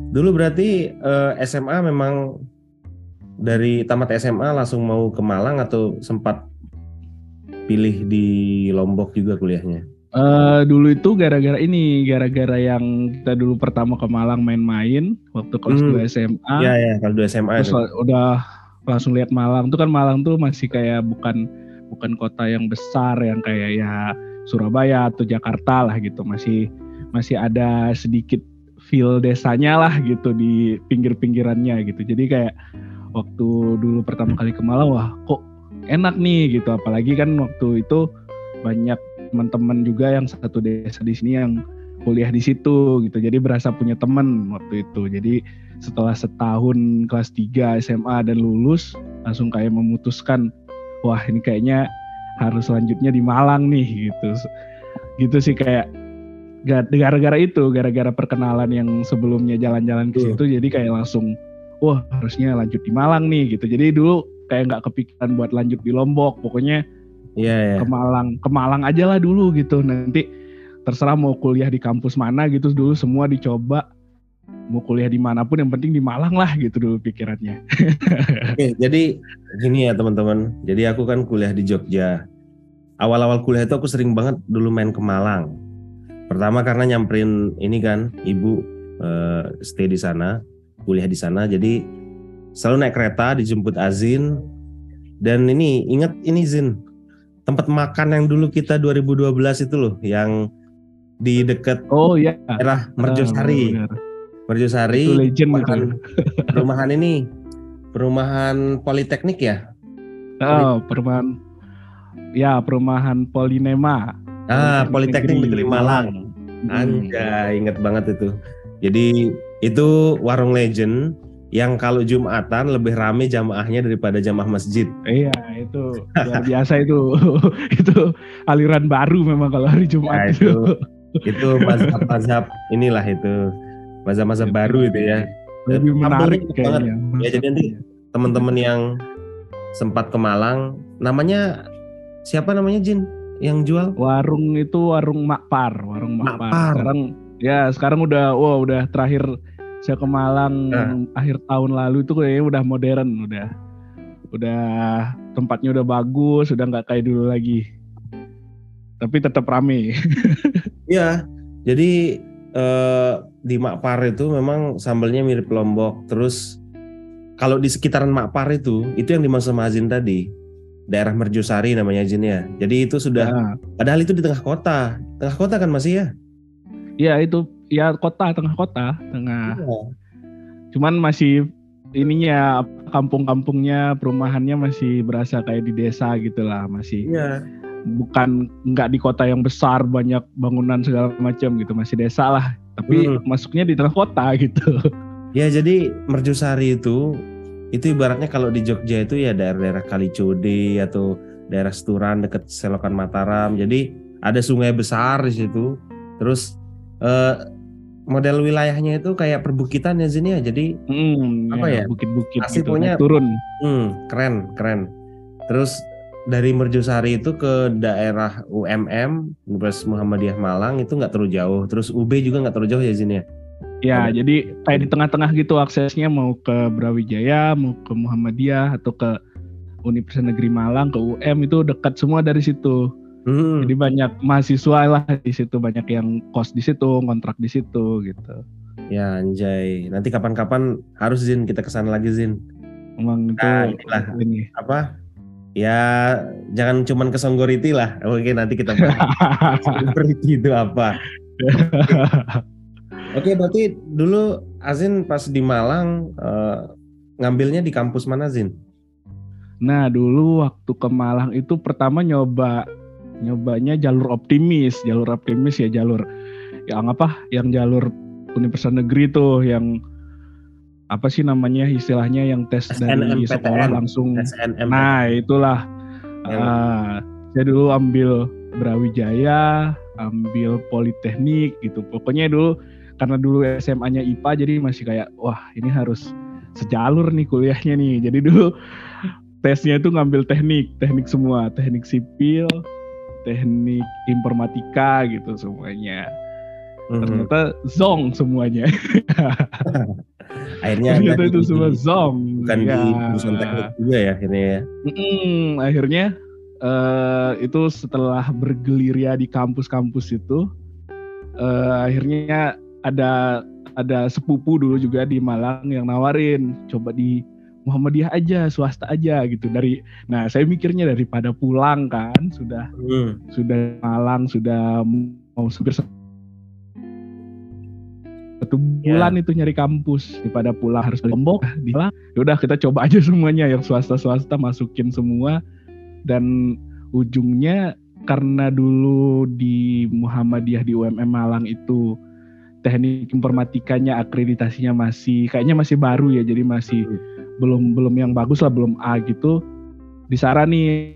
Dulu berarti SMA memang dari tamat SMA langsung mau ke Malang atau sempat pilih di Lombok juga kuliahnya? Dulu itu gara-gara yang kita dulu pertama ke Malang main-main waktu kelas 2 Ya SMA, ya, kalau 2 SMA terus itu. udah langsung lihat Malang tuh kan. Malang tuh masih kayak bukan bukan kota yang besar yang kayak ya Surabaya atau Jakarta lah gitu, masih masih ada sedikit feel desanya lah gitu di pinggir-pinggirannya gitu. Jadi kayak waktu dulu pertama kali ke Malang, wah kok enak nih gitu, apalagi kan waktu itu banyak teman-teman juga yang satu desa di sini yang kuliah di situ gitu, jadi berasa punya teman waktu itu. Jadi setelah setahun kelas 3 SMA dan lulus, langsung kayak memutuskan, wah ini kayaknya harus selanjutnya di Malang nih gitu. Gitu sih, kayak gara-gara perkenalan yang sebelumnya jalan-jalan ke situ, jadi kayak langsung wah harusnya lanjut di Malang nih gitu. Jadi dulu kayak nggak kepikiran buat lanjut di Lombok, pokoknya Iya ya. ke Malang aja lah dulu gitu. Nanti terserah mau kuliah di kampus mana gitu, dulu semua dicoba, mau kuliah dimanapun yang penting di Malang lah gitu dulu pikirannya. Oke, jadi gini ya teman-teman. Jadi aku kan kuliah di Jogja. Awal-awal kuliah itu aku sering banget dulu main ke Malang. Pertama karena nyamperin ini kan ibu stay di sana, kuliah di sana. Jadi selalu naik kereta dijemput Azin. Dan ini ingat ini Zin, tempat makan yang dulu kita 2012 itu loh, yang di dekat Oh iya, daerah Merjosari. benar-benar itu Merjosari legend itu. perumahan ini, perumahan Politeknik ya. Oh, perumahan Polinema, Politeknik Politeknik Negeri Negeri Malang. Malang. Anjay, inget banget itu. Jadi itu warung legend yang kalau Jumatan lebih rame jamaahnya daripada jamaah masjid. Iya, itu luar biasa itu. Itu aliran baru memang kalau hari Jumat Ya itu. itu mazhab-mazhab inilah itu. Mazhab-mazhab Itu baru itu ya. lebih Sambelnya menarik enak banget. kayaknya Ya jadi nanti masaknya. teman-teman yang sempat ke Malang, namanya siapa namanya Jin yang jual? Warung itu warung Makpar, Makpar. Sekarang udah terakhir saya ke Malang Nah, akhir tahun lalu itu kayaknya udah modern, udah tempatnya udah bagus, udah nggak kayak dulu lagi. Tapi tetap rame. iya. Jadi di Makpar itu memang sambelnya mirip Lombok. Terus kalau di sekitaran Makpar itu yang dimaksud sama Azin tadi, daerah Merjosari namanya Azin ya. Jadi itu sudah, Nah, padahal itu di tengah kota kan masih ya? ya itu ya tengah kota, tengah. Iya. Cuman masih ininya kampung-kampungnya, perumahannya masih berasa kayak di desa gitu lah, masih Iya. bukan nggak di kota yang besar banyak bangunan segala macam gitu, masih desa lah, tapi Hmm. masuknya di tengah kota gitu. Ya jadi Merjosari itu ibaratnya kalau di Jogja itu ya daerah-daerah Kalicode atau daerah Seturan dekat Selokan Mataram. Jadi ada sungai besar di situ. Terus eh, model wilayahnya itu kayak perbukitan ya Zin ya. Jadi apa Ya ya? bukit-bukit Asli gitu naik punya turun. keren keren. Terus dari Merjosari itu ke daerah UMM Universitas Muhammadiyah Malang itu nggak terlalu jauh. Terus UB juga nggak terlalu jauh ya Zin ya. Ya, Ada. jadi kayak di tengah-tengah gitu aksesnya, mau ke Brawijaya, mau ke Muhammadiyah atau ke Universitas Negeri Malang, ke UM itu dekat semua dari situ. Hmm. Jadi banyak mahasiswa lah di situ, banyak yang kos di situ, kontrak di situ gitu. Ya anjay, nanti kapan-kapan harus Zin kita kesana lagi Zin. Emang itu Nah inilah ini. apa? Ya jangan cuman ke Songgoriti lah. Oke nanti kita bahas. Songgoriti itu apa? Oke berarti dulu Azin pas di Malang ngambilnya di kampus mana Zin? Nah, dulu waktu ke Malang itu pertama nyobanya jalur optimis ya, jalur yang apa? Yang jalur Universitas Negeri tuh, yang apa sih namanya istilahnya, yang tes dari sekolah SNMPTN, langsung. Nah, SNMPTN. itulah. Yang Saya dulu ambil Brawijaya, ambil Politeknik gitu. Pokoknya dulu karena dulu SMA-nya IPA, jadi masih kayak wah ini harus sejalur nih kuliahnya nih. Jadi dulu tesnya itu ngambil teknik semua, teknik sipil, teknik informatika gitu semuanya. Ternyata zong semuanya. Akhirnya Ternyata Anda itu semua zong. bukan Ya. di jurusan teknik juga ya akhirnya ya. Akhirnya itu setelah bergelir di kampus-kampus itu, akhirnya ada sepupu dulu juga di Malang yang nawarin coba di Muhammadiyah aja, swasta aja gitu. Nah saya mikirnya daripada pulang kan, sudah Malang, sudah mau hampir 1 bulan itu nyari kampus, daripada pulang harus balik Lombok, yaudah kita coba aja semuanya, yang swasta masukin semua. Dan ujungnya karena dulu di Muhammadiyah di UMM Malang itu teknik informatikanya akreditasinya kayaknya masih baru ya, jadi masih belum yang bagus lah, belum A gitu. Disaranin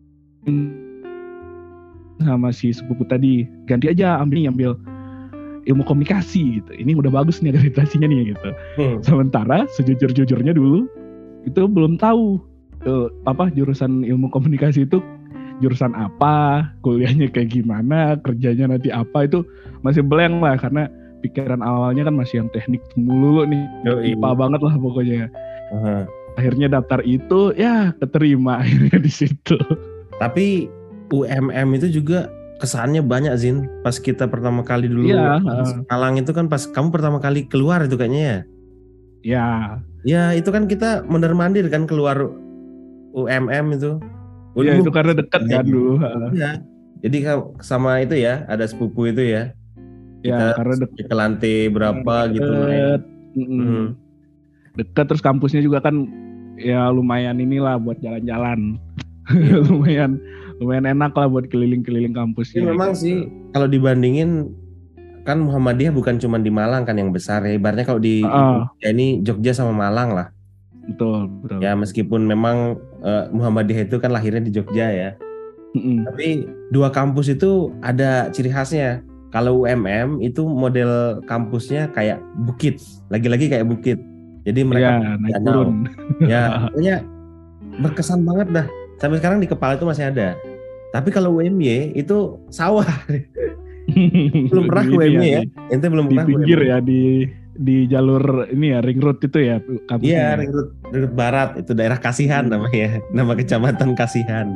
sama si sepupu tadi, ganti aja ambil ilmu komunikasi gitu. Ini udah bagus nih akreditasinya nih gitu. Sementara sejujur-jujurnya dulu itu belum tahu jurusan ilmu komunikasi itu jurusan apa, kuliahnya kayak gimana, kerjanya nanti apa, itu masih blank lah, karena pikiran awalnya kan masih yang teknik mulu nih, IPA banget lah pokoknya. Akhirnya daftar itu ya keterima akhirnya di situ. Tapi UMM itu juga kesannya banyak, Zin. Pas kita pertama kali dulu Malang itu kan pas kamu pertama kali keluar itu kayaknya ya. Ya. Ya itu kan kita mondar-mandir kan keluar UMM itu. Ya itu karena dekat kan dulu. Iya. Jadi sama itu ya, ada sepupu itu ya. Ya karena ke lantai berapa gitu naik. Dekat, terus kampusnya juga kan ya lumayan inilah buat jalan-jalan. lumayan enak lah buat keliling-keliling kampusnya. Memang gitu sih kalau dibandingin kan Muhammadiyah bukan cuma di Malang kan yang besar ya. Ibaratnya kalau di ini Jogja sama Malang lah. Betul. Ya meskipun memang Muhammadiyah itu kan lahirnya di Jogja ya. Tapi dua kampus itu ada ciri khasnya. Kalau UMM itu model kampusnya kayak bukit, lagi-lagi kayak bukit. Jadi mereka naik turun. Ya, pokoknya berkesan banget dah. Sampai sekarang di kepala itu masih ada. Tapi kalau UMY itu sawah. Belum pernah UMY ya? Ente belum pernah di pinggir UMY. Ya di jalur ini ya, ring road itu ya kampusnya. Iya, ring road barat itu daerah Kasihan namanya, nama kecamatan Kasihan.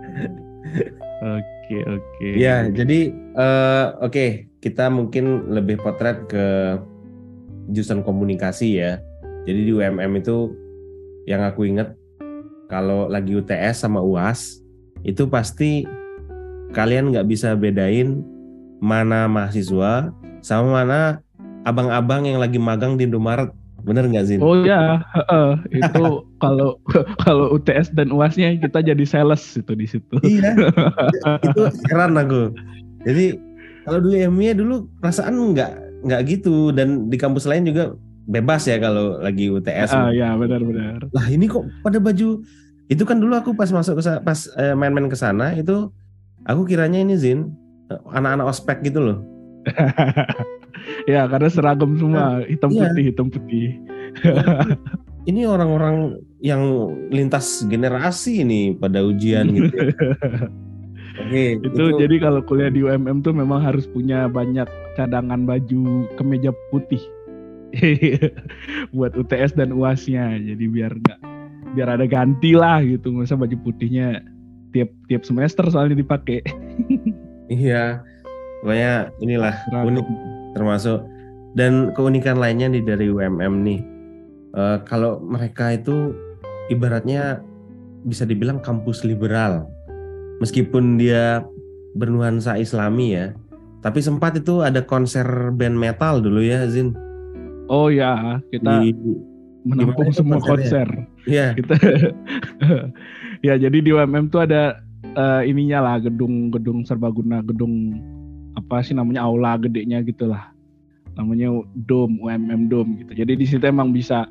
Oke. Ya, jadi kita mungkin lebih potret ke jurusan komunikasi ya. Jadi di UMM itu yang aku ingat kalau lagi UTS sama UAS itu pasti kalian nggak bisa bedain mana mahasiswa sama mana abang-abang yang lagi magang di Indomaret. Bener nggak Zin? Oh ya, itu kalau UTS dan UASnya kita jadi sales itu di situ. Iya, itu heran aku. Jadi kalau dulu MIA dulu perasaan nggak gitu, dan di kampus lain juga bebas ya kalau lagi UTS. Ya benar. Lah ini kok pada baju itu kan dulu aku pas masuk main-main ke sana itu aku kiranya ini Zin anak-anak ospek gitu loh. Ya karena seragam semua hitam putih. Ini orang-orang yang lintas generasi ini pada ujian gitu. Oke, itu jadi kalau kuliah di UMM tuh memang harus punya banyak cadangan baju kemeja putih buat UTS dan UASnya. Jadi biar ada ganti lah gitu, masa baju putihnya tiap semester soalnya dipakai. Iya, pokoknya inilah unik termasuk. Dan keunikan lainnya dari UMM nih, kalau mereka itu ibaratnya bisa dibilang kampus liberal, meskipun dia bernuansa Islami ya, tapi sempat itu ada konser band metal dulu ya Zin. Oh ya, kita menampung semua konser. Iya. Kita ya jadi di UMM tuh ada ininya lah, gedung serbaguna, gedung apa sih namanya, aula gedenya gitulah. Namanya Dome, UMM Dome gitu. Jadi di situ emang bisa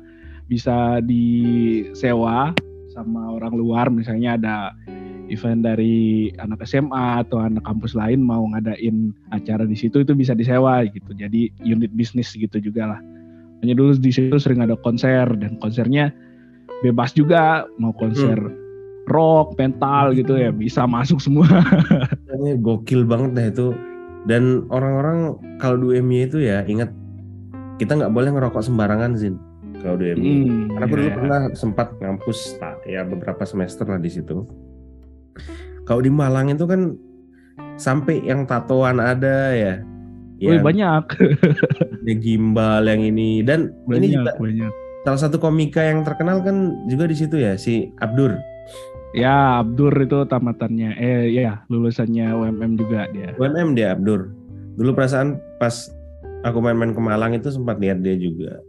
disewa sama orang luar, misalnya ada event dari anak SMA atau anak kampus lain mau ngadain acara di situ, itu bisa disewa gitu. Jadi unit bisnis gitu juga lah. Hanya dulu di situ sering ada konser, dan konsernya bebas juga, mau konser rock, metal gitu ya bisa masuk semua. Gokil banget dah itu. Dan orang-orang kalau di UMY itu ya ingat, kita nggak boleh ngerokok sembarangan Zin kalau di UMY. Karena aku dulu pernah sempat ngampus ya beberapa semester lah di situ. Kalau di Malang itu kan sampai yang tatoan ada ya. Wih, banyak. Ada gimbal yang ini, dan banyak, ini juga banyak. Salah satu komika yang terkenal kan juga di situ ya, si Abdur. Ya, Abdur itu tamatannya. Ya, lulusannya UMM juga dia. UMM dia Abdur. Dulu perasaan pas aku main-main ke Malang itu sempat lihat dia juga.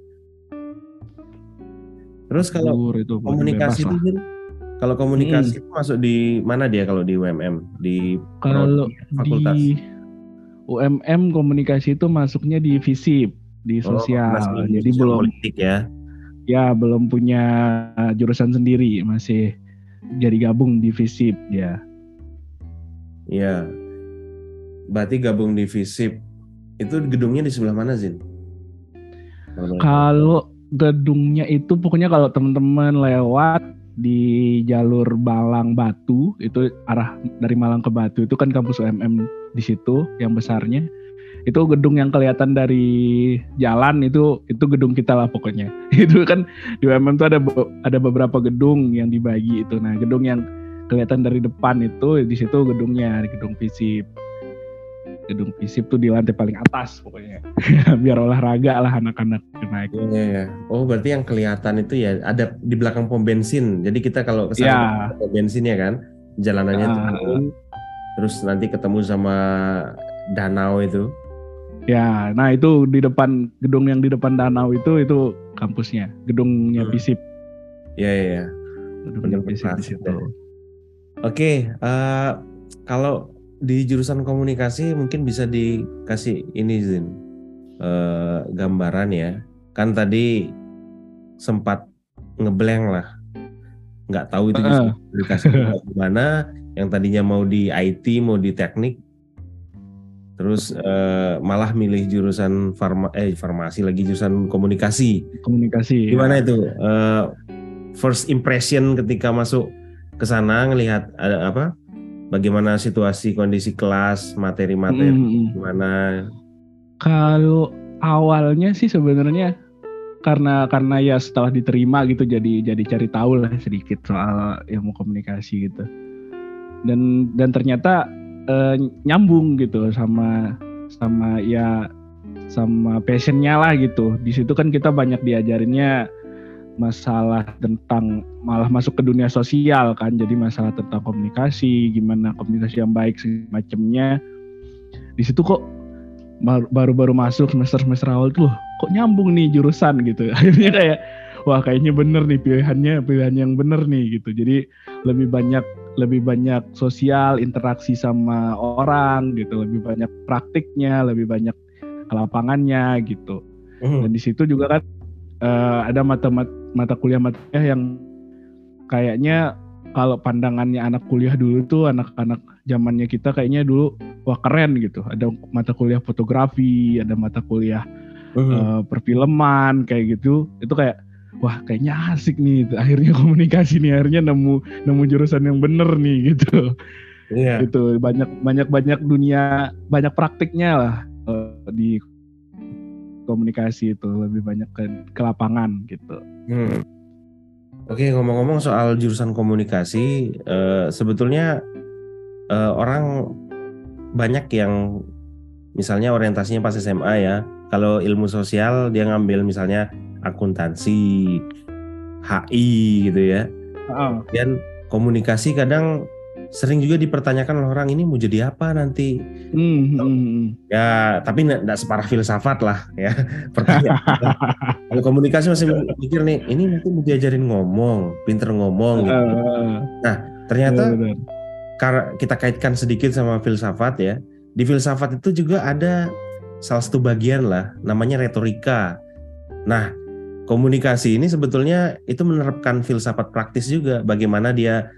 Terus kalau itu komunikasi itu, kalau komunikasi itu masuk di mana dia kalau di UMM? Kalau fakultas. Di UMM komunikasi itu masuknya di FISIP, di sosial. Jadi belum politik ya. Ya, belum punya jurusan sendiri, masih jadi gabung di FISIP ya. Iya. Berarti gabung di FISIP. Itu gedungnya di sebelah mana, Zin? Kalau gedungnya itu pokoknya kalau teman-teman lewat di jalur Malang Batu, itu arah dari Malang ke Batu, itu kan kampus UMM di situ yang besarnya. Itu gedung yang kelihatan dari jalan, itu gedung kita lah pokoknya. Itu kan di UMM tuh ada beberapa gedung yang dibagi itu. Nah, gedung yang kelihatan dari depan itu di situ gedungnya, di gedung FISIP. Gedung FISIP tuh di lantai paling atas pokoknya. Biar olahraga lah anak-anak naik. Iya. Oh, berarti yang kelihatan itu ya ada di belakang pom bensin. Jadi kita kalau ke sana pom bensin ya kan, jalanannya turun, terus nanti ketemu sama danau itu. Ya, nah itu di depan gedung yang di depan danau itu kampusnya, gedungnya FISIP. Iya. Gedung FISIP di situ. Oke, kalau di jurusan komunikasi mungkin bisa dikasih ini Zin, gambaran ya. Kan tadi sempat ngeblank lah, nggak tahu itu jurusan komunikasi gimana. Yang tadinya mau di IT, mau di teknik. Terus malah milih jurusan farmasi lagi, jurusan komunikasi. Gimana itu first impression ketika masuk ke sana, ngelihat bagaimana situasi kondisi kelas, materi-materi gimana? Kalau awalnya sih sebenarnya karena ya setelah diterima gitu jadi cari tahu lah sedikit soal ilmu komunikasi gitu. Dan ternyata nyambung gitu sama passionnya lah gitu. Di situ kan kita banyak diajarinnya masalah tentang malah masuk ke dunia sosial kan, jadi masalah tentang komunikasi, gimana komunikasi yang baik semacamnya. Di situ kok baru masuk semester awal tuh kok nyambung nih jurusan gitu. Akhirnya kayak wah kayaknya bener nih pilihan yang bener nih gitu. Jadi lebih banyak sosial, interaksi sama orang gitu, lebih banyak praktiknya, lebih banyak ke lapangannya gitu. Dan di situ juga kan ada mata kuliah yang kayaknya kalau pandangannya anak kuliah dulu tuh, anak-anak zamannya kita kayaknya dulu wah keren gitu. Ada mata kuliah fotografi, ada mata kuliah perfilman kayak gitu. Itu kayak wah kayaknya asik nih, akhirnya komunikasi nih, akhirnya nemu jurusan yang bener nih gitu. Iya. Gitu banyak dunia, banyak praktiknya lah di komunikasi itu, lebih banyak ke lapangan gitu. Oke, ngomong-ngomong soal jurusan komunikasi, sebetulnya orang banyak yang misalnya orientasinya pas SMA ya, kalau ilmu sosial dia ngambil misalnya akuntansi, HI gitu ya. Dan komunikasi kadang sering juga dipertanyakan oleh orang, ini mau jadi apa nanti? Ya, tapi nggak separah filsafat lah ya. Pertanyaan. Kalau komunikasi masih mikir nih, ini nanti mau diajarin ngomong, pinter ngomong gitu. Nah, ternyata karena kita kaitkan sedikit sama filsafat ya. Di filsafat itu juga ada salah satu bagian lah, namanya retorika. Nah, komunikasi ini sebetulnya itu menerapkan filsafat praktis juga, bagaimana dia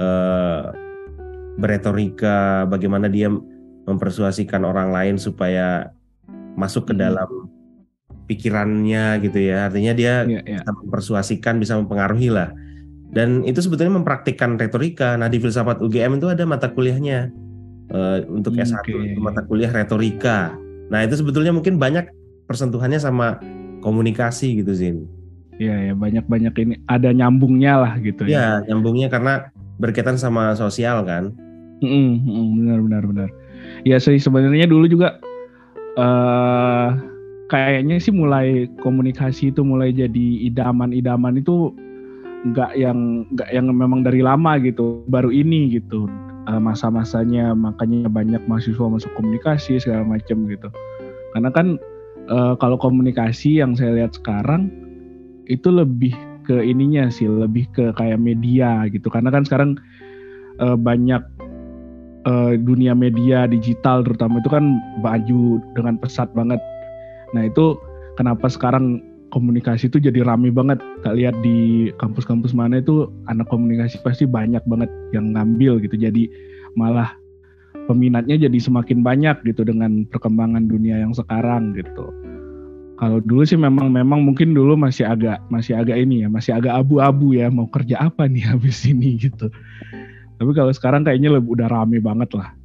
beretorika, bagaimana dia mempersuasikan orang lain supaya masuk ke dalam pikirannya gitu ya. Artinya dia bisa mempersuasikan, bisa mempengaruhi lah. Dan itu sebetulnya mempraktikkan retorika. Nah, di filsafat UGM itu ada mata kuliahnya untuk S1 itu mata kuliah retorika. Nah itu sebetulnya mungkin banyak persentuhannya sama komunikasi gitu Zin. Iya ya, banyak ini ada nyambungnya lah gitu ya. Iya, nyambungnya karena berkaitan sama sosial kan. Benar. Ya sih sebenarnya dulu juga kayaknya sih mulai komunikasi itu mulai jadi idaman itu nggak yang memang dari lama gitu, baru ini gitu masa-masanya, makanya banyak mahasiswa masuk komunikasi segala macam gitu. Karena kan kalau komunikasi yang saya lihat sekarang itu lebih ke ininya sih, lebih ke kayak media gitu. Karena kan sekarang banyak dunia media digital terutama itu kan maju dengan pesat banget. Nah itu kenapa sekarang komunikasi itu jadi rame banget. Kita lihat di kampus-kampus mana itu anak komunikasi pasti banyak banget yang ngambil gitu. Jadi malah peminatnya jadi semakin banyak gitu dengan perkembangan dunia yang sekarang gitu. Kalau dulu sih memang mungkin dulu masih agak ini ya, masih agak abu-abu ya, mau kerja apa nih habis ini gitu. Tapi kalau sekarang kayaknya udah rame banget lah.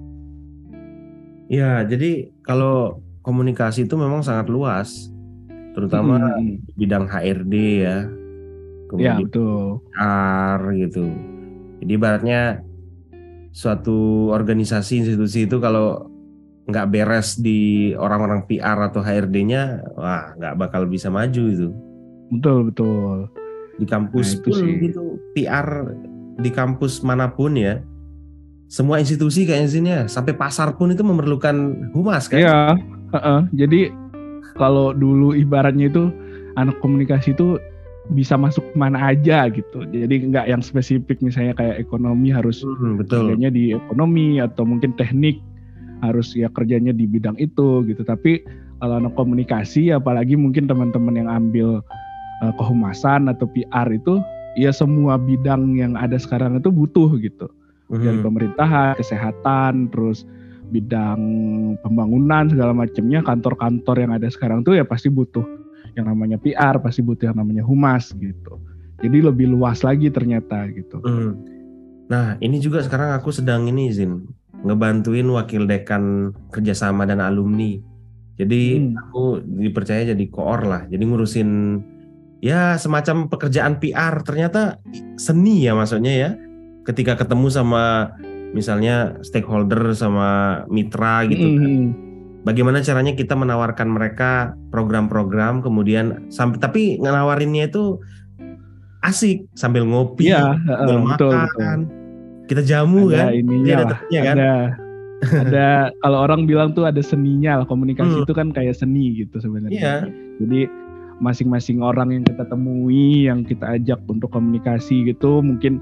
Ya, jadi kalau komunikasi itu memang sangat luas, terutama bidang HRD ya, Ya kemudian betul. PR gitu. Jadi ibaratnya suatu organisasi institusi itu kalau nggak beres di orang-orang PR atau HRD-nya, wah nggak bakal bisa maju itu. Betul. Di kampus pun gitu, PR di kampus manapun ya, semua institusi kayaknya sini ya, sampai pasar pun itu memerlukan humas kan? Iya, jadi kalau dulu ibaratnya itu anak komunikasi itu bisa masuk mana aja gitu. Jadi nggak yang spesifik misalnya kayak ekonomi harus kerjanya di ekonomi atau mungkin teknik harus ya kerjanya di bidang itu gitu. Tapi kalau anak komunikasi apalagi mungkin teman-teman yang ambil kehumasan atau PR itu ya semua bidang yang ada sekarang itu butuh gitu. Dari pemerintahan, kesehatan, terus bidang pembangunan segala macamnya, kantor-kantor yang ada sekarang tuh ya pasti butuh yang namanya PR, pasti butuh yang namanya humas gitu. Jadi lebih luas lagi ternyata gitu. Nah ini juga sekarang aku sedang ini Zin, ngebantuin wakil dekan kerjasama dan alumni. Jadi aku dipercaya jadi koor lah, jadi ngurusin ya semacam pekerjaan PR. Ternyata seni ya maksudnya ya, ketika ketemu sama misalnya stakeholder sama mitra gitu kan. Bagaimana caranya kita menawarkan mereka program-program kemudian tapi ngenawarinnya itu asik sambil ngopi, sambil makan. Betul. Kita jamu ada kan. Ininya lah, kan. Ada kalau orang bilang tuh ada seninya lah, komunikasi itu kan kayak seni gitu sebenarnya. Iya. Jadi masing-masing orang yang kita temui, yang kita ajak untuk komunikasi gitu mungkin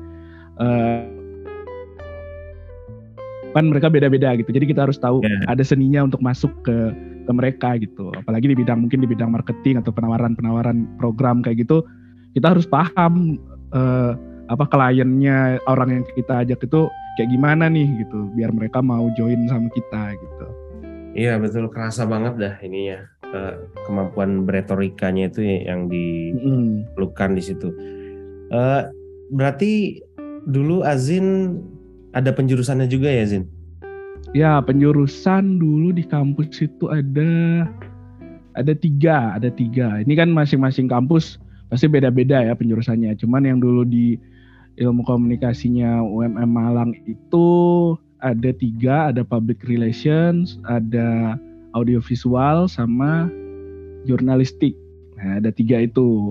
kan mereka beda-beda gitu. Jadi kita harus tahu ada seninya untuk masuk ke mereka gitu. Apalagi mungkin di bidang marketing atau penawaran program kayak gitu, kita harus paham kliennya, orang yang kita ajak itu kayak gimana nih gitu, biar mereka mau join sama kita gitu. Iya betul, kerasa banget dah ininya kemampuan beretorikanya itu yang diperlukan di situ. Berarti dulu Azin ada penjurusannya juga ya Zin? Ya penjurusan dulu di kampus itu ada tiga. Ini kan masing-masing kampus pasti beda-beda ya penjurusannya. Cuman yang dulu di ilmu komunikasinya UMM Malang itu ada 3, ada public relations, ada audiovisual, sama jurnalistik. Nah ada 3 itu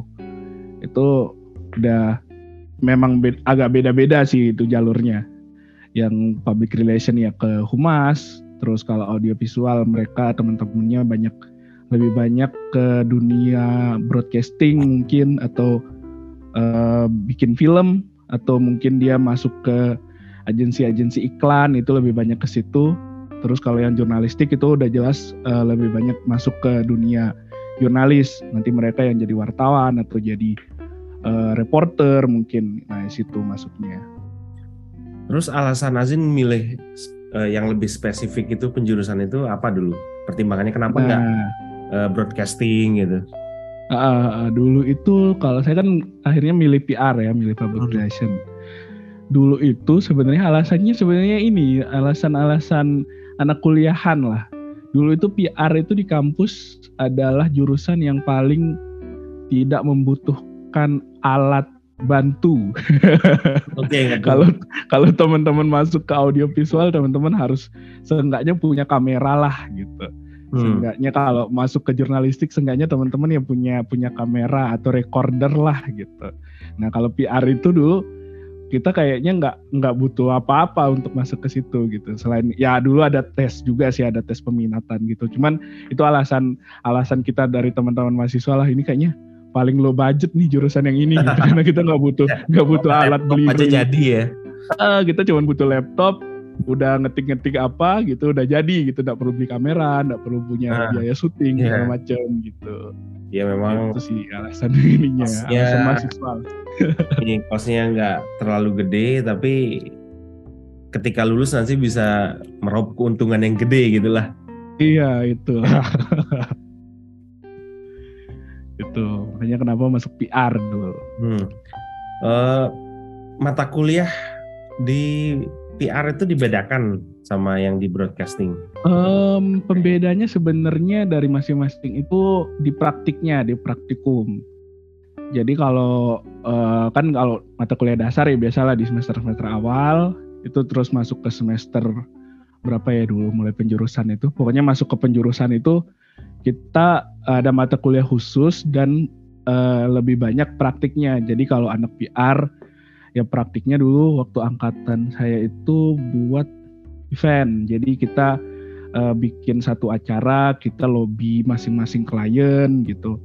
udah memang agak beda-beda sih itu jalurnya. Yang public relation ya ke humas, terus kalau audiovisual mereka teman-temannya lebih banyak ke dunia broadcasting mungkin, atau bikin film, atau mungkin dia masuk ke agensi-agensi iklan, itu lebih banyak ke situ. Terus kalau yang jurnalistik itu udah jelas lebih banyak masuk ke dunia jurnalis, nanti mereka yang jadi wartawan atau jadi reporter mungkin, nah di situ masuknya. Terus alasan Azin milih yang lebih spesifik itu penjurusan itu apa dulu? Pertimbangannya kenapa nggak broadcasting gitu? Dulu itu kalau saya kan akhirnya milih PR ya, milih public relation. dulu itu sebenarnya alasannya ini alasan-alasan anak kuliahan lah. Dulu itu PR itu di kampus adalah jurusan yang paling tidak membutuhkan alat bantu. Oke, Kalau teman-teman masuk ke audiovisual, teman-teman harus seenggaknya punya kamera lah gitu. Seenggaknya kalau masuk ke jurnalistik, seenggaknya teman-teman yang punya kamera atau recorder lah gitu. Nah kalau PR itu dulu kita kayaknya nggak butuh apa-apa untuk masuk ke situ gitu. Selain ya dulu ada tes juga sih, ada tes peminatan gitu. Cuman itu alasan kita dari teman-teman mahasiswa lah, ini kayaknya paling low budget nih jurusan yang ini gitu. Karena kita nggak butuh alat beli aja jadi ya. Kita cuma butuh laptop, udah ngetik apa gitu udah jadi gitu. Nggak perlu beli kamera, nggak perlu punya biaya syuting segala macam gitu. Ya memang itu sih alasan ininya, alasan mahasiswa. Ini kosnya nggak terlalu gede, tapi ketika lulus nanti bisa meraup keuntungan yang gede gitulah. Iya itu. Itu makanya kenapa masuk PR dulu. Mata kuliah di PR itu dibedakan sama yang di broadcasting? Pembedanya sebenarnya dari masing-masing itu di praktiknya, di praktikum. Jadi kalau kan kalau mata kuliah dasar ya biasalah di semester awal itu terus masuk ke semester berapa ya dulu mulai penjurusan itu. Pokoknya masuk ke penjurusan itu kita ada mata kuliah khusus dan lebih banyak praktiknya. Jadi kalau anak PR ya praktiknya dulu waktu angkatan saya itu buat event. Jadi kita bikin satu acara, kita lobby masing-masing klien gitu.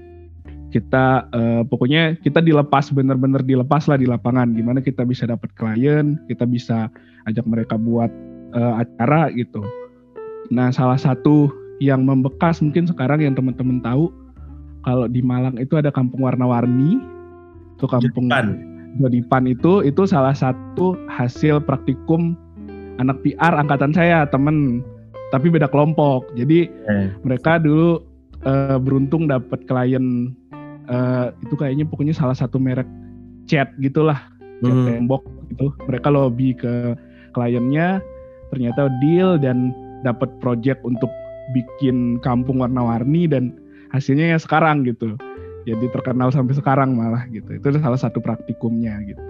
Kita pokoknya kita benar-benar dilepas lah di lapangan. Gimana kita bisa dapat klien, kita bisa ajak mereka buat acara gitu. Nah salah satu yang membekas mungkin sekarang yang teman-teman tahu, kalau di Malang itu ada Kampung Warna-Warni. Itu kampung Jodipan itu salah satu hasil praktikum anak PR angkatan saya, temen, tapi beda kelompok. Jadi mereka dulu beruntung dapat klien itu kayaknya pokoknya salah satu merek cat gitulah, cat tembok gitu. Mereka lobby ke kliennya, ternyata deal dan dapat project untuk bikin Kampung Warna-Warni dan hasilnya ya sekarang gitu. Jadi terkenal sampai sekarang malah gitu. Itu salah satu praktikumnya gitu.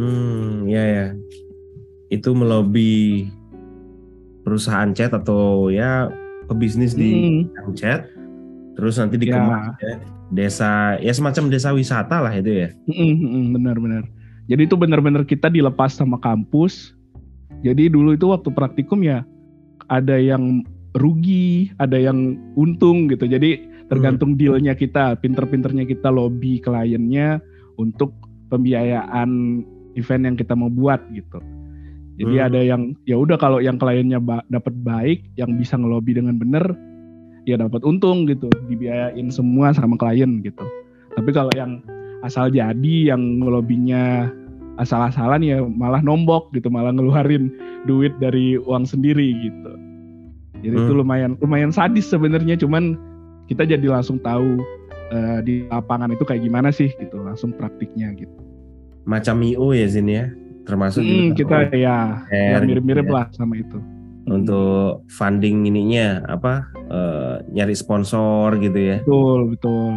Ya. Itu melobi perusahaan cat atau ya pebisnis di cat, terus nanti dikemas desa, ya semacam desa wisata lah itu ya. Benar. Jadi itu benar-benar kita dilepas sama kampus. Jadi dulu itu waktu praktikum ya ada yang rugi, ada yang untung gitu. Jadi tergantung dealnya kita, pinter-pinternya kita lobby kliennya untuk pembiayaan event yang kita mau buat gitu. Jadi ada yang ya udah kalau yang kliennya dapat baik, yang bisa ngelobi dengan bener, ya dapat untung gitu, dibiayain semua sama klien gitu. Tapi kalau yang asal jadi, yang ngelobinya asal-asalan ya malah nombok gitu, malah ngeluarin duit dari uang sendiri gitu. Jadi itu lumayan sadis sebenarnya, cuman kita jadi langsung tahu di lapangan itu kayak gimana sih gitu, langsung praktiknya gitu. Macam IO ya Zin ya, termasuk kita ya mirip-mirip lah sama itu. Untuk funding ininya nyari sponsor gitu ya. Betul.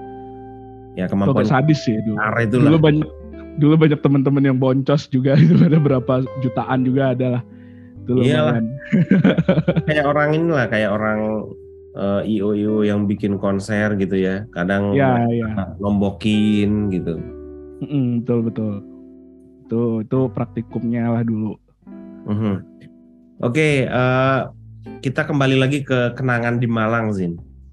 Ya kemampuan sadis sih dulu. Dulu banyak teman-teman yang boncos juga, itu ada berapa jutaan juga adalah. Iyalah. Kayak orang IO yang bikin konser gitu ya. Kadang lombokin gitu. Betul. Itu praktikumnya lah dulu. Oke, kita kembali lagi ke kenangan di Malang, Zin.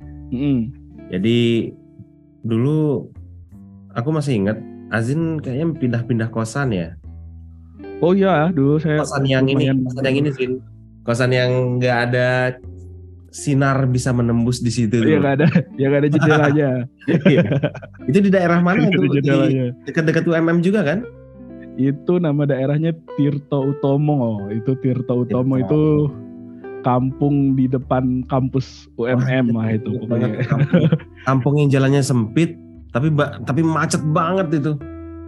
Jadi dulu aku masih ingat Azin kayaknya pindah-pindah kosan ya. Oh iya, dulu saya kosan yang ini Zin. Kosan yang nggak ada sinar bisa menembus di situ. Iya, nggak ada jendelanya. Itu di daerah mana itu? Dekat-dekat UMM juga kan? Itu nama daerahnya Tirto Utomo. Itu Tirto Utomo itu kampung di depan kampus UMM lah itu pokoknya. Kampung yang jalannya sempit tapi macet banget itu.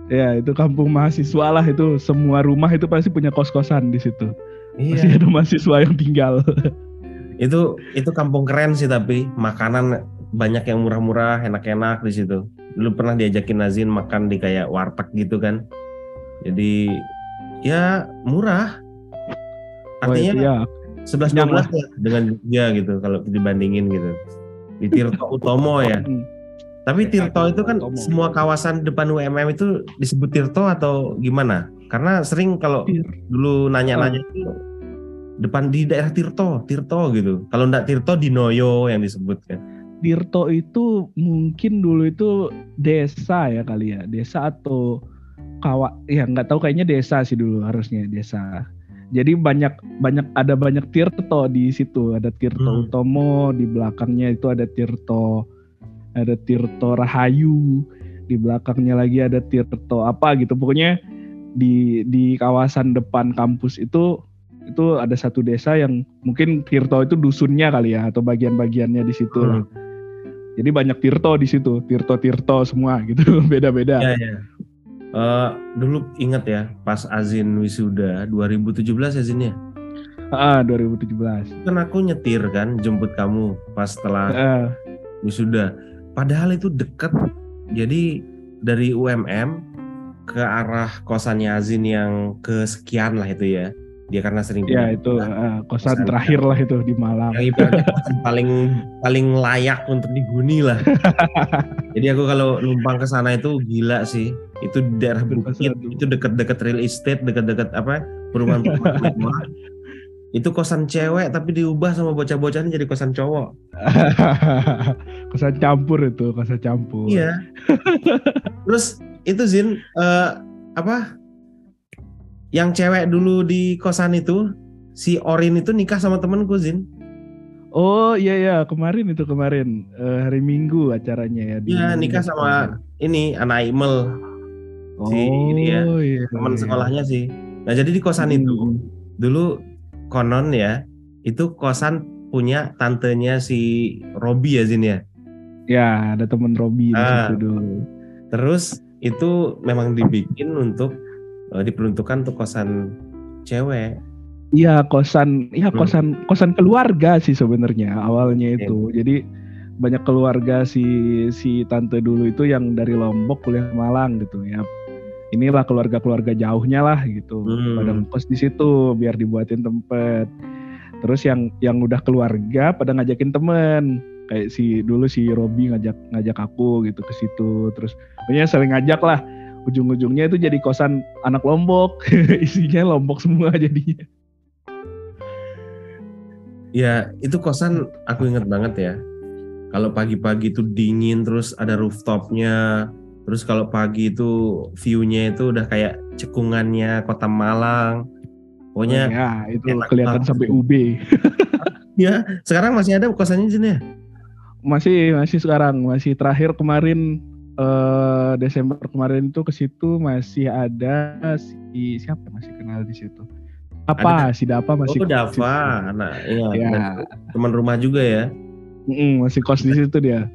Ya, itu kampung mahasiswa lah, itu semua rumah itu pasti punya kos-kosan di situ. Pasti Iya. ada mahasiswa yang tinggal. Itu kampung keren sih, tapi makanan banyak yang murah-murah, enak-enak di situ. Dulu pernah diajakin Nazin makan di kayak warteg gitu kan. Jadi ya murah. Oh itu Artinya ya, 11 kenyang 12 lah. ya dengan Jogja gitu kalau dibandingin gitu. Di Tirto Utomo ya. Hmm. Tapi Ya, Tirto itu kan Tomo. semua kawasan depan UMM itu disebut Tirto atau gimana? Karena sering kalau dulu nanya-nanya itu depan di daerah Tirto gitu. Kalau enggak Tirto di Noyo yang disebut kan. Tirto itu mungkin dulu itu desa ya kali ya, desa atau ya nggak tahu, kayaknya desa sih dulu, harusnya desa. Jadi banyak Tirto di situ, ada Tirto Utomo, di belakangnya itu ada Tirto Rahayu, di belakangnya lagi ada Tirto apa gitu. Pokoknya di kawasan depan kampus itu ada satu desa yang mungkin Tirto itu dusunnya kali ya, atau bagian-bagiannya di situ lah. Jadi banyak Tirto di situ, Tirto semua gitu, beda-beda. Iya. Dulu ingat ya, pas Azin wisuda 2017 ya Zin ya? 2017. Kan aku nyetir kan, jemput kamu pas setelah wisuda. Padahal itu dekat. Jadi dari UMM ke arah kosannya Azin yang kesekian lah itu ya. Dia karena sering ya pindah. Itu kosan terakhir lah itu di Malang. Yang ibaratnya kosan paling layak untuk dihuni lah. Jadi aku kalau numpang ke sana itu gila sih. Itu daerah Bukit, itu dekat-dekat real estate, dekat-dekat apa? Perumahan. Itu kosan cewek tapi diubah sama bocah-bocahnya jadi kosan cowok. Kosan campur itu, kosan campur. Iya. Terus itu Zin, yang cewek dulu di kosan itu, si Orin itu nikah sama temenku Zin. Oh iya kemarin hari Minggu acaranya ya. Iya nikah sama ini anak Imel. Ini ya teman sekolahnya sih. Nah jadi di kosan itu dulu konon ya itu kosan punya tantenya si Robi ya Zin ya. Ya ada temen Robi di situ dulu. Terus itu memang dibikin untuk diperuntukkan untuk kosan cewek. Iya kosan keluarga sih sebenarnya awalnya itu. Jadi banyak keluarga si tante dulu itu yang dari Lombok kuliah ke Malang gitu ya. Inilah keluarga jauhnya lah gitu. Pada ngekos di situ biar dibuatin tempat. Terus yang udah keluarga pada ngajakin temen. Kayak si Robi ngajak aku gitu ke situ. Terus pokoknya saling ngajak lah. Ujung-ujungnya itu jadi kosan anak Lombok. Isinya Lombok semua jadinya. Ya itu kosan aku inget banget ya. Kalau pagi-pagi itu dingin terus ada rooftopnya. Terus kalau pagi itu view-nya itu udah kayak cekungannya kota Malang. Pokoknya itu kelihatan sampai UB. Ya, sekarang masih ada kosannya Jin ya? Masih sekarang, masih terakhir kemarin Desember kemarin itu ke situ masih ada si siapa masih kenal di situ. Si Dapa masih. Oh Dava, anak iya. Teman rumah juga ya. Masih kos di situ dia.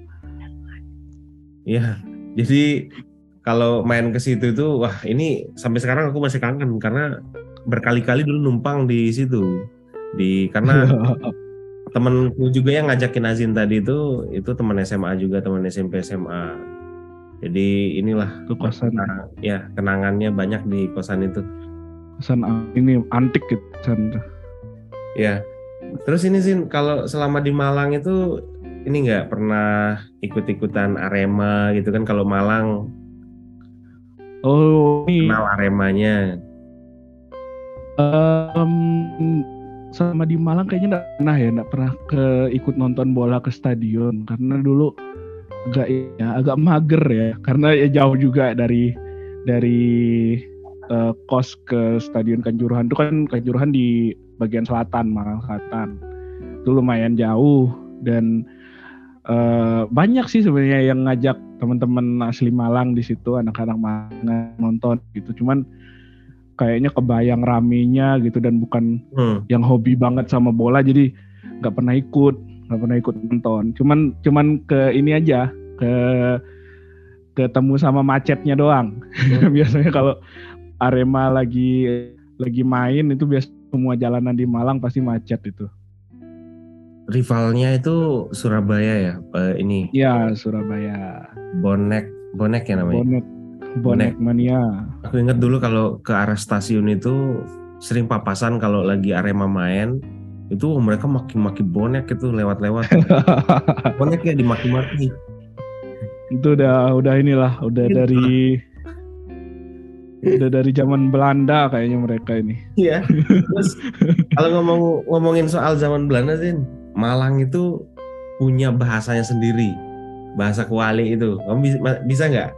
Iya. Jadi kalau main ke situ itu wah ini sampai sekarang aku masih kangen karena berkali-kali dulu numpang di situ. Karena temenku juga yang ngajakin Azin tadi itu teman SMA juga, teman SMP SMA. Jadi inilah itu kosan. Ya kenangannya banyak di kosan itu. Kosan ini antik gitu kosan. Ya. Terus ini Zin, kalau selama di Malang itu ini nggak pernah ikut-ikutan Arema gitu kan? Kalau Malang kenal Aremanya. Sama di Malang kayaknya nggak pernah ikut nonton bola ke stadion karena dulu agak mager ya, karena ya jauh juga dari kos ke Stadion Kanjuruhan. Itu kan Kanjuruhan di bagian selatan, Malang Selatan. Itu lumayan jauh dan banyak sih sebenarnya yang ngajak teman-teman asli Malang di situ, anak-anak Malang nonton gitu. Cuman kayaknya kebayang ramenya gitu dan bukan yang hobi banget sama bola, jadi nggak pernah ikut nonton. Cuman ke ini aja, ketemu sama macetnya doang. Biasanya kalau Arema lagi main itu biasa semua jalanan di Malang pasti macet itu. Rivalnya itu Surabaya ya, ini. Iya, Surabaya. Bonek ya namanya. Bonek mania. Aku ingat dulu kalau ke arah stasiun itu sering papasan kalau lagi Arema main, itu mereka maki-maki bonek itu lewat-lewat. Bonek ya dimaki-maki. Itu udah inilah, udah dari zaman Belanda kayaknya mereka ini. Iya. Terus kalau ngomongin soal zaman Belanda sih, Malang itu punya bahasanya sendiri. Bahasa Kuali itu. Kamu bisa nggak?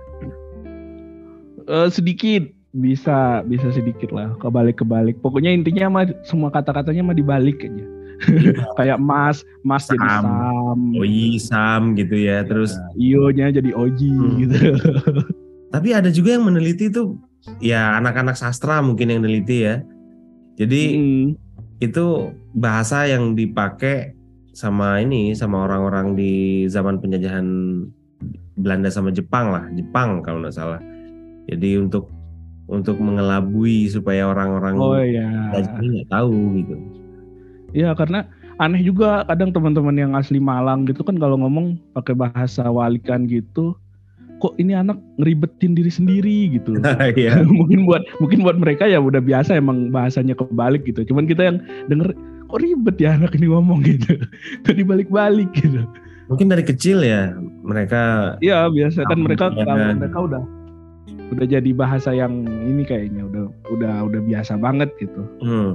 Sedikit. Bisa sedikit lah. Kebalik. Pokoknya intinya mah semua kata-katanya mah dibalik aja. Kayak mas jadi sam. Oyi, sam gitu ya. Terus ionya jadi oji gitu. Tapi ada juga yang meneliti itu, ya anak-anak sastra mungkin yang meneliti ya. Jadi itu bahasa yang dipakai sama orang-orang di zaman penjajahan Belanda sama Jepang kalau nggak salah. Jadi untuk mengelabui supaya orang-orang nggak tahu gitu. Iya, karena aneh juga kadang teman-teman yang asli Malang gitu kan kalau ngomong pakai bahasa walikan gitu, kok ini anak ngeribetin diri sendiri gitu. mungkin buat mereka ya udah biasa emang bahasanya kebalik gitu. Cuman kita yang denger kok ribet ya anak ini ngomong gitu. Dibalik-balik gitu. Mungkin dari kecil ya mereka. Iya, biasa kan mereka udah jadi bahasa yang ini kayaknya udah biasa banget gitu.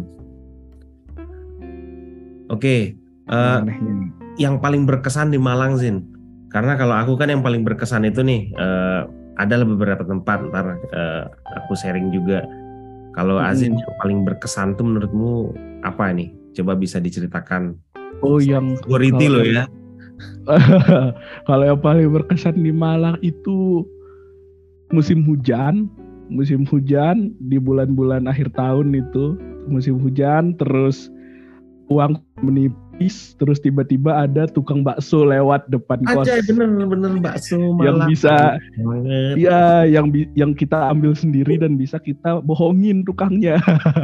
Oke. Yang paling berkesan di Malang, Zin. Karena kalau aku kan yang paling berkesan itu nih, ada beberapa tempat, ntar aku sharing juga. Kalau Azin yang paling berkesan tuh menurutmu apa nih? Coba bisa diceritakan. Oh, yang security loh ya. Kalau yang paling berkesan di Malang itu musim hujan di bulan-bulan akhir tahun itu musim hujan, terus uang menipis, terus tiba-tiba ada tukang bakso lewat depan kos. Aja bener bakso Malang. Yang bisa, ya yang kita ambil sendiri dan bisa kita bohongin tukangnya.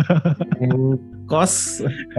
Kos.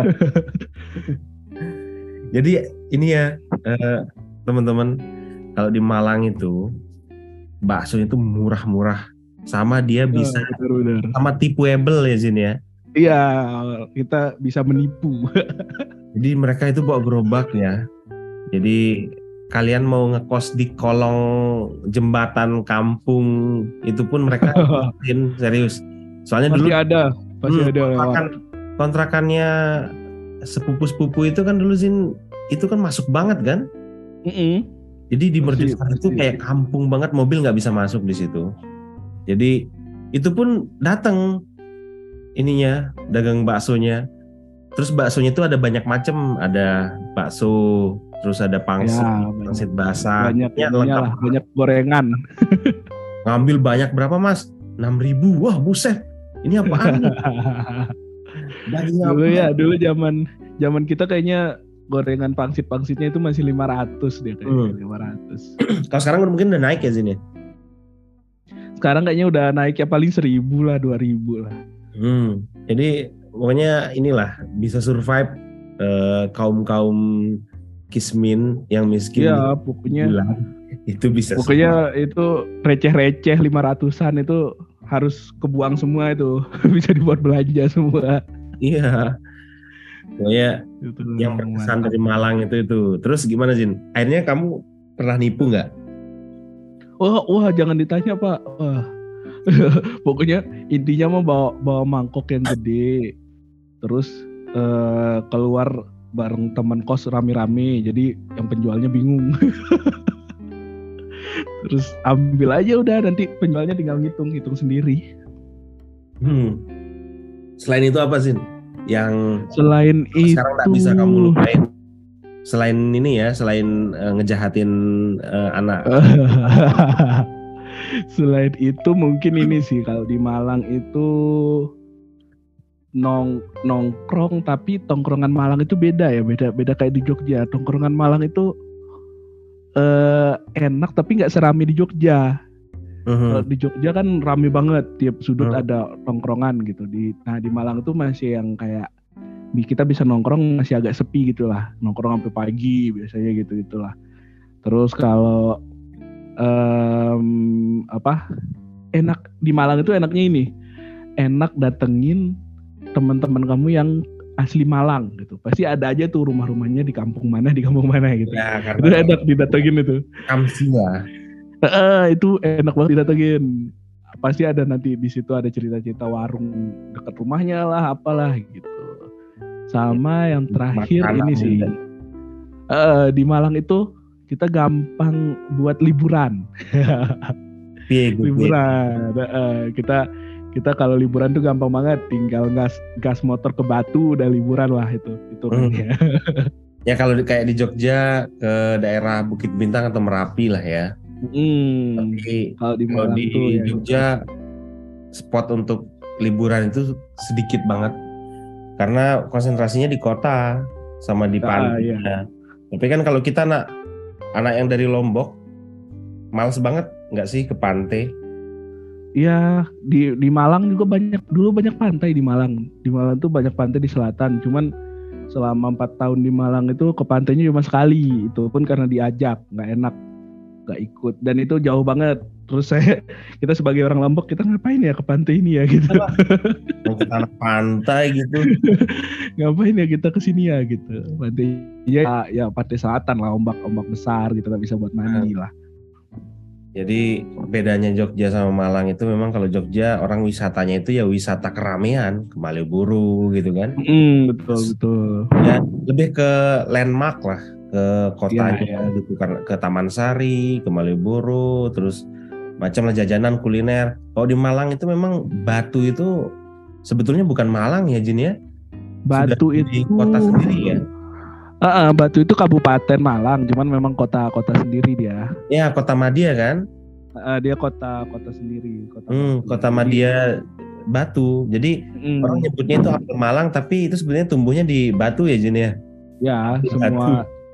Jadi ini ya teman-teman, kalau di Malang itu bakso itu murah-murah, sama dia bisa sama tipuable ya Zin ya. Iya, kita bisa menipu. Jadi mereka itu bawa gerobak ya. Jadi kalian mau ngekos di kolong jembatan kampung itu pun mereka serius. Soalnya pasti ada kontrakannya sepupu-sepupu itu kan dulu Zin, itu kan masuk banget kan? Jadi di Merdeka itu kayak kampung banget, mobil nggak bisa masuk di situ. Jadi itu pun datang ininya, dagang baksonya. Terus baksonya itu ada banyak macam, ada bakso, terus ada pangsit basah, banyak gorengan. Ngambil banyak berapa Mas? 6.000. Wah buset, ini apaan nih? Dulu zaman kita kayaknya gorengan pangsitnya itu masih 500 dia kayaknya. 500. Kalau sekarang mungkin udah naik ya sini. Sekarang kayaknya udah naik ya paling 1.000 lah, 2.000 lah. Jadi pokoknya inilah bisa survive kaum kismin yang miskin. Iya, pokoknya itu bisa. Pokoknya itu receh 500-an itu harus kebuang semua itu. Bisa dibuat belanja semua. Iya. Pokoknya yang berkesan dari Malang itu. Terus gimana Zin? Akhirnya kamu pernah nipu nggak? Wah jangan ditanya Pak. Pokoknya intinya mah bawa mangkok yang gede, terus keluar bareng teman kos rame-rame, jadi yang penjualnya bingung. Terus ambil aja udah, nanti penjualnya tinggal ngitung sendiri. Selain itu apa Zin? Yang selain itu sekarang nggak bisa kamu lupain? Selain ini ya, selain ngejahatin anak. Selain itu mungkin ini sih, kalau di Malang itu nongkrong, tapi tongkrongan Malang itu beda kayak di Jogja. Tongkrongan Malang itu enak tapi nggak serame di Jogja. Kalau Mhm. di Jogja kan rame banget, tiap sudut Mhm. ada nongkrongan gitu. Di Malang itu masih yang kayak kita bisa nongkrong masih agak sepi gitu lah. Nongkrong sampai pagi biasanya gitu-gitulah. Terus kalau apa? Enak di Malang itu enaknya ini. Enak datengin teman-teman kamu yang asli Malang gitu. Pasti ada aja tuh rumah-rumahnya di kampung mana gitu. Ya Itu karena enak didatengin itu. kamsi ya. Itu enak banget didatengin. Pasti ada nanti di situ ada cerita-cerita warung dekat rumahnya lah, apalah gitu. Sama yang terakhir Makanan ini sih, juga. di Malang itu kita gampang buat liburan. Piye gue piye. Liburan, kita kalau liburan tuh gampang banget, tinggal gas motor ke Batu udah liburan lah itu kan Hmm. ya. Ya kalau kayak di Jogja ke daerah Bukit Bintang atau Merapi lah ya. Tapi Kalau di kalau Malang di tuh ya gitu. Jogja spot untuk liburan itu sedikit banget karena konsentrasinya di kota sama di pantai. Iya. Tapi kan kalau kita anak yang dari Lombok, males banget nggak sih ke pantai? Iya, di Malang juga dulu banyak pantai di Malang. Di Malang tuh banyak pantai di selatan. Cuman selama 4 tahun di Malang itu ke pantainya cuma sekali. Itu pun karena diajak, nggak enak, nggak ikut. Dan itu jauh banget. Terus kita sebagai orang Lombok, kita ngapain ya ke pantai ini ya gitu. Mau ke tanah pantai gitu. Ngapain ya kita ke sini ya gitu. Pantainya ya pantai selatan lah, ombak besar gitu, nggak bisa buat mandi lah. Jadi bedanya Jogja sama Malang itu memang kalau Jogja orang wisatanya itu ya wisata keramaian, ke Malioboro gitu kan. Betul. Ya lebih ke landmark lah, ke kotanya Iya. gitu kan, ke Taman Sari, ke Malioboro, terus macam lah jajanan kuliner. Kalau di Malang itu memang Batu itu sebetulnya bukan Malang ya Jin ya. Batu Sudah itu di kota sendiri ya. Batu itu kabupaten Malang, cuman memang kota sendiri dia. Ya kota Madia kan. Dia kota sendiri. Kota Madia Batu. Jadi orang nyebutnya itu apel Malang, tapi itu sebenarnya tumbuhnya di Batu ya Jin ya. Ya, Apel semua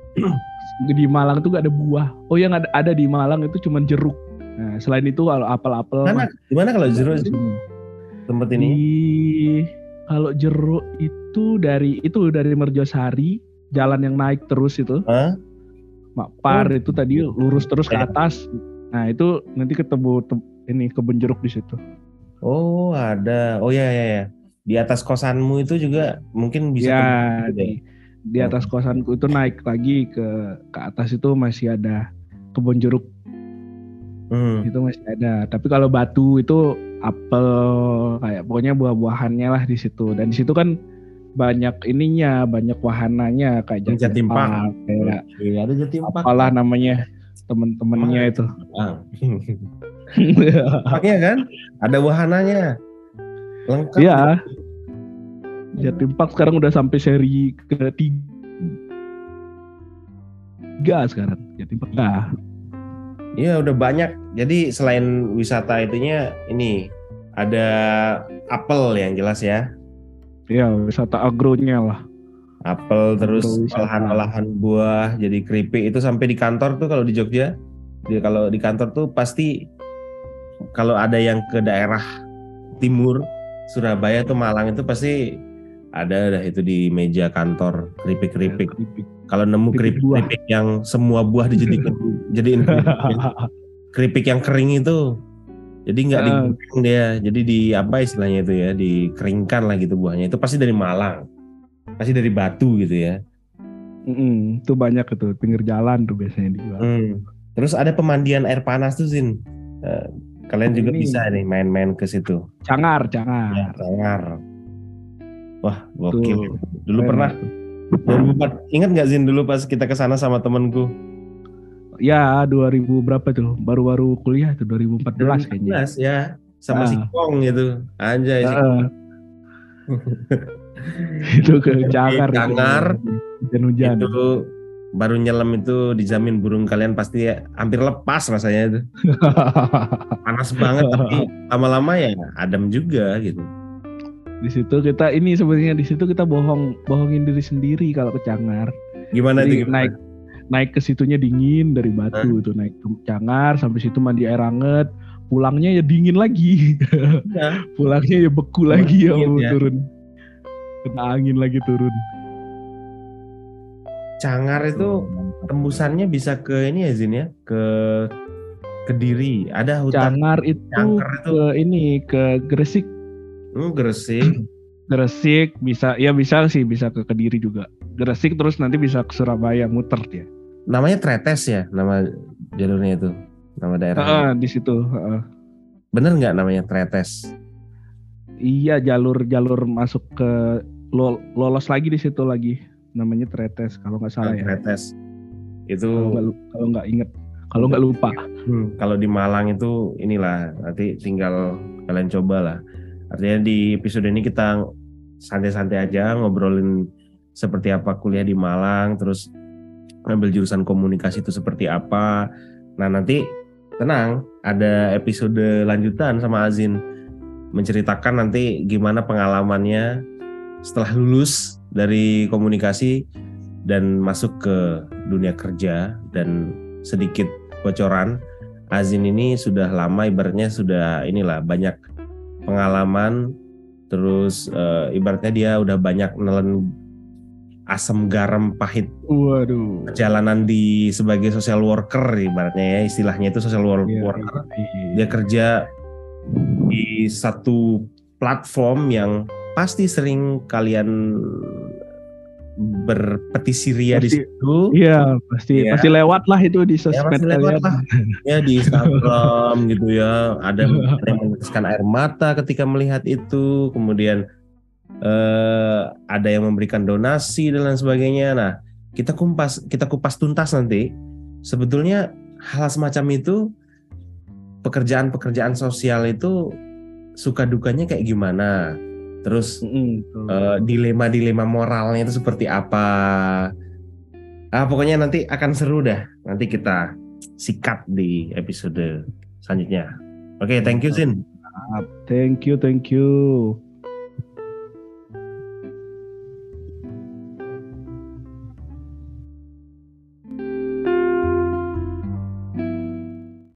di Malang itu gak ada buah. Oh, yang ada di Malang itu cuma jeruk. Nah, selain itu kalau apel-apel Gimana kalau jeruk sih? Tempat ini? Kalau jeruk itu dari Merjosari, jalan yang naik terus itu. Makpar itu tadi lurus terus ke atas. Nah, itu nanti ketemu ini kebun jeruk di situ. Oh, ada. Oh ya. Di atas kosanmu itu juga mungkin bisa ya, di atas kosanku itu naik lagi ke atas itu masih ada kebun jeruk. Itu masih ada. Tapi kalau Batu itu apel, kayak pokoknya buah-buahannya lah di situ. Dan di situ kan banyak ininya, banyak wahananya kayak Jatim Park, kayak ada Jatim Park. apalah namanya temen-temennya itu. Paknya kan ada wahananya lengkap. Iya. Jatim Park sekarang udah sampai seri ke-3 sekarang Jatim Park. Iya udah banyak. Jadi selain wisata itunya ini ada apel yang jelas ya. Iya, wisata agronya lah. Apel terus olahan buah jadi keripik itu sampai di kantor tuh kalau di Jogja. Kalau di kantor tuh pasti kalau ada yang ke daerah timur Surabaya tuh Malang itu pasti ada itu di meja kantor keripik. Kalau nemu keripik yang semua buah jadiin keripik yang kering itu, jadi nggak digoreng dia, jadi di apa istilahnya itu ya, dikeringkan lah gitu buahnya. Itu pasti dari Malang, pasti dari Batu gitu ya. Itu banyak itu pinggir jalan tuh biasanya dijual. Terus ada pemandian air panas tuh Zin. Kalian juga bisa nih main-main ke situ. Cangar. Ya, Cangar. Wah, gokil. Dulu pernah 2004. Ingat nggak Zin dulu pas kita kesana sama temenku? Ya 2000 berapa tuh? Baru-baru kuliah tuh 2014 kayaknya. Ya, sama si Kong gitu. Anjay si Kong. Itu ke Cangar. Hujan-hujan. Itu baru nyelam itu dijamin burung kalian pasti hampir lepas rasanya itu. Panas banget tapi lama-lama ya adem juga gitu. Di situ kita bohongin diri sendiri kalau ke Cangar. Gimana itu? Naik ke situnya dingin dari Batu tuh, naik ke Cangar sampai situ mandi air hangat, pulangnya ya dingin lagi. Ya, Pulangnya ya beku lagi ya, dingin ya. turun. Kena angin lagi turun. Cangar itu tembusannya bisa ke ini ya Zin ya, ke Kediri. Ada hutan Cangar itu Cangker itu. ke ini ke Gresik. Gresik. Gresik bisa sih, bisa ke Kediri juga. Gresik terus nanti bisa ke Surabaya muter dia. Namanya Tretes ya, nama jalurnya itu, nama daerahnya. Di situ. Bener nggak namanya Tretes? Iya, jalur masuk ke lolos lagi di situ lagi. Namanya Tretes kalau nggak salah ya. Tretes. Itu Kalau nggak inget, kalau nggak lupa. Kalau di Malang itu inilah, nanti tinggal kalian coba lah. Artinya di episode ini kita santai-santai aja ngobrolin seperti apa kuliah di Malang, terus ngambil jurusan komunikasi itu seperti apa. Nah nanti tenang, ada episode lanjutan sama Azin menceritakan nanti gimana pengalamannya setelah lulus dari komunikasi dan masuk ke dunia kerja. Dan sedikit bocoran, Azin ini sudah lama, ibaratnya sudah inilah banyak pengalaman, terus ibaratnya dia udah banyak nelen asam garam pahit. Waduh. Perjalanan di sebagai social worker, ibaratnya ya, istilahnya itu social worker. Dia kerja di satu platform yang pasti sering kalian berpetisi ria di situ. Iya, pasti lewat lah itu di sosmed kalian. Ya di Instagram gitu ya. Ada yang meneteskan air mata ketika melihat itu. Kemudian ada yang memberikan donasi dan lain sebagainya. Nah, kita kupas tuntas nanti. Sebetulnya hal semacam itu, pekerjaan sosial itu suka dukanya kayak gimana? Terus dilema moralnya itu seperti apa? Pokoknya nanti akan seru dah. Nanti kita sikat di episode selanjutnya. Oke, thank you Zin. Thank you.